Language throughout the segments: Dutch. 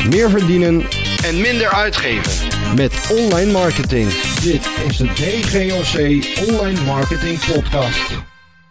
meer verdienen en minder uitgeven met online marketing. Dit is de DGOC Online Marketing Podcast.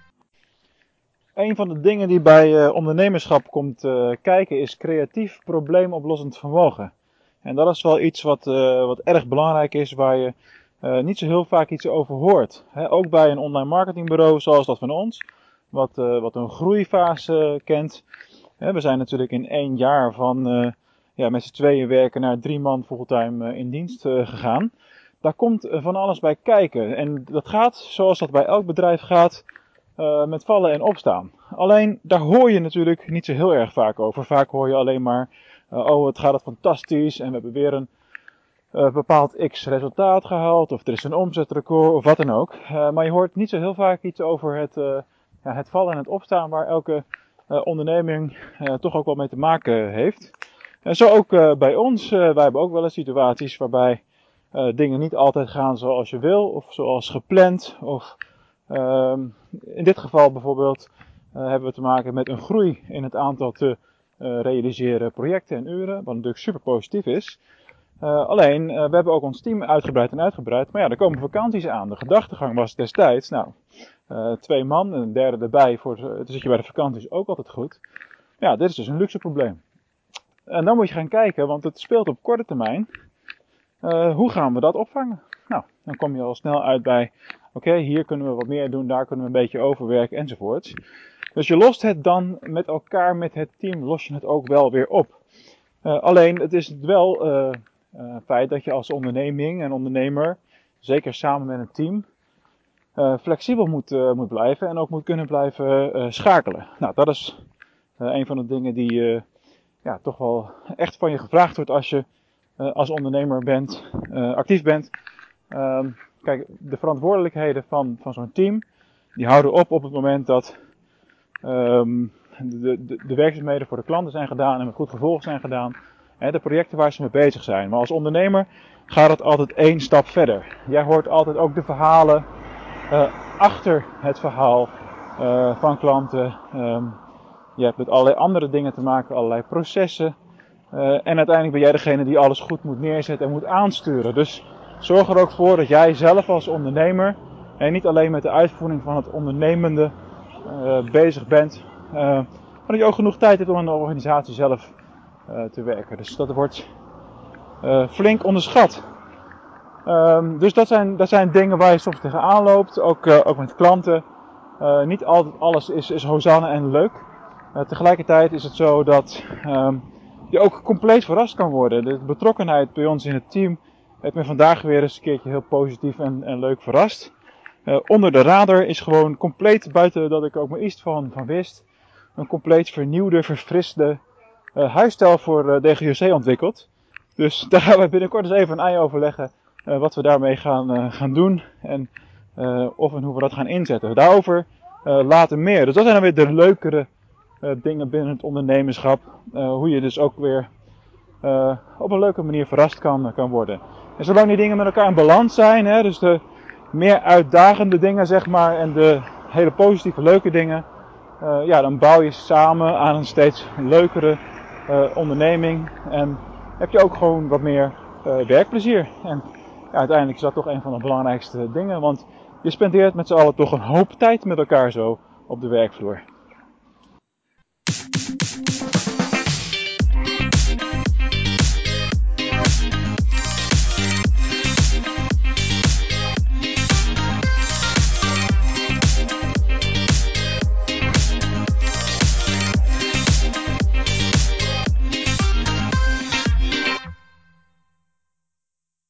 Een van de dingen die bij ondernemerschap komt kijken is creatief probleemoplossend vermogen. En dat is wel iets wat erg belangrijk is, waar je niet zo heel vaak iets over hoort. Ook bij een online marketingbureau zoals dat van ons, wat een groeifase kent. We zijn natuurlijk in 1 jaar van met z'n tweeën werken naar 3 man fulltime in dienst gegaan. Daar komt van alles bij kijken. En dat gaat, zoals dat bij elk bedrijf gaat, met vallen en opstaan. Alleen, daar hoor je natuurlijk niet zo heel erg vaak over. Vaak hoor je alleen maar, het gaat fantastisch en we hebben weer een bepaald x resultaat gehaald. Of er is een omzetrecord of wat dan ook. Maar je hoort niet zo heel vaak iets over het vallen en het opstaan waar elke onderneming toch ook wel mee te maken heeft. Zo ook bij ons. Wij hebben ook wel eens situaties waarbij dingen niet altijd gaan zoals je wil of zoals gepland. Of in dit geval bijvoorbeeld hebben we te maken met een groei in het aantal te realiseren projecten en uren. Wat natuurlijk super positief is. Alleen, we hebben ook ons team uitgebreid. Maar ja, er komen vakanties aan. De gedachtegang was destijds, 2 man en een derde erbij. Dan zit je bij de vakanties ook altijd goed. Ja, dit is dus een luxe probleem. En dan moet je gaan kijken, want het speelt op korte termijn. Hoe gaan we dat opvangen? Nou, dan kom je al snel uit bij, oké, hier kunnen we wat meer doen, daar kunnen we een beetje overwerken enzovoorts. Dus je lost het dan met elkaar, met het team, los je het ook wel weer op. Alleen, het is wel feit dat je als onderneming en ondernemer, zeker samen met een team, flexibel moet blijven en ook moet kunnen blijven schakelen. Nou, dat is een van de dingen die toch wel echt van je gevraagd wordt als je als ondernemer actief bent. Kijk, de verantwoordelijkheden van zo'n team, die houden op het moment dat de werkzaamheden voor de klanten zijn gedaan en met goed gevolg zijn gedaan. De projecten waar ze mee bezig zijn. Maar als ondernemer gaat het altijd 1 stap verder. Jij hoort altijd ook de verhalen achter het verhaal van klanten. Je hebt met allerlei andere dingen te maken, allerlei processen. En uiteindelijk ben jij degene die alles goed moet neerzetten en moet aansturen. Dus zorg er ook voor dat jij zelf als ondernemer en niet alleen met de uitvoering van het ondernemende bezig bent. Maar dat je ook genoeg tijd hebt om aan de organisatie zelf te werken. Dus dat wordt flink onderschat. Dus dat zijn dingen waar je soms tegenaan loopt. Ook met klanten. Niet altijd alles is hosanna en leuk. Tegelijkertijd is het zo dat je ook compleet verrast kan worden. De betrokkenheid bij ons in het team heeft me vandaag weer eens een keertje heel positief en leuk verrast. Onder de radar is gewoon compleet, buiten dat ik ook maar iets van wist, een compleet vernieuwde, verfriste huisstijl voor DGOC ontwikkeld. Dus daar gaan we binnenkort eens even een ei overleggen wat we daarmee gaan doen en of en hoe we dat gaan inzetten. Daarover later meer. Dus dat zijn dan weer de leukere dingen binnen het ondernemerschap. Hoe je dus ook weer op een leuke manier verrast kan worden. En zolang die dingen met elkaar in balans zijn, dus de meer uitdagende dingen zeg maar en de hele positieve leuke dingen, dan bouw je samen aan een steeds leukere onderneming en heb je ook gewoon wat meer werkplezier. En uiteindelijk is dat toch een van de belangrijkste dingen, want je spendeert met z'n allen toch een hoop tijd met elkaar zo op de werkvloer.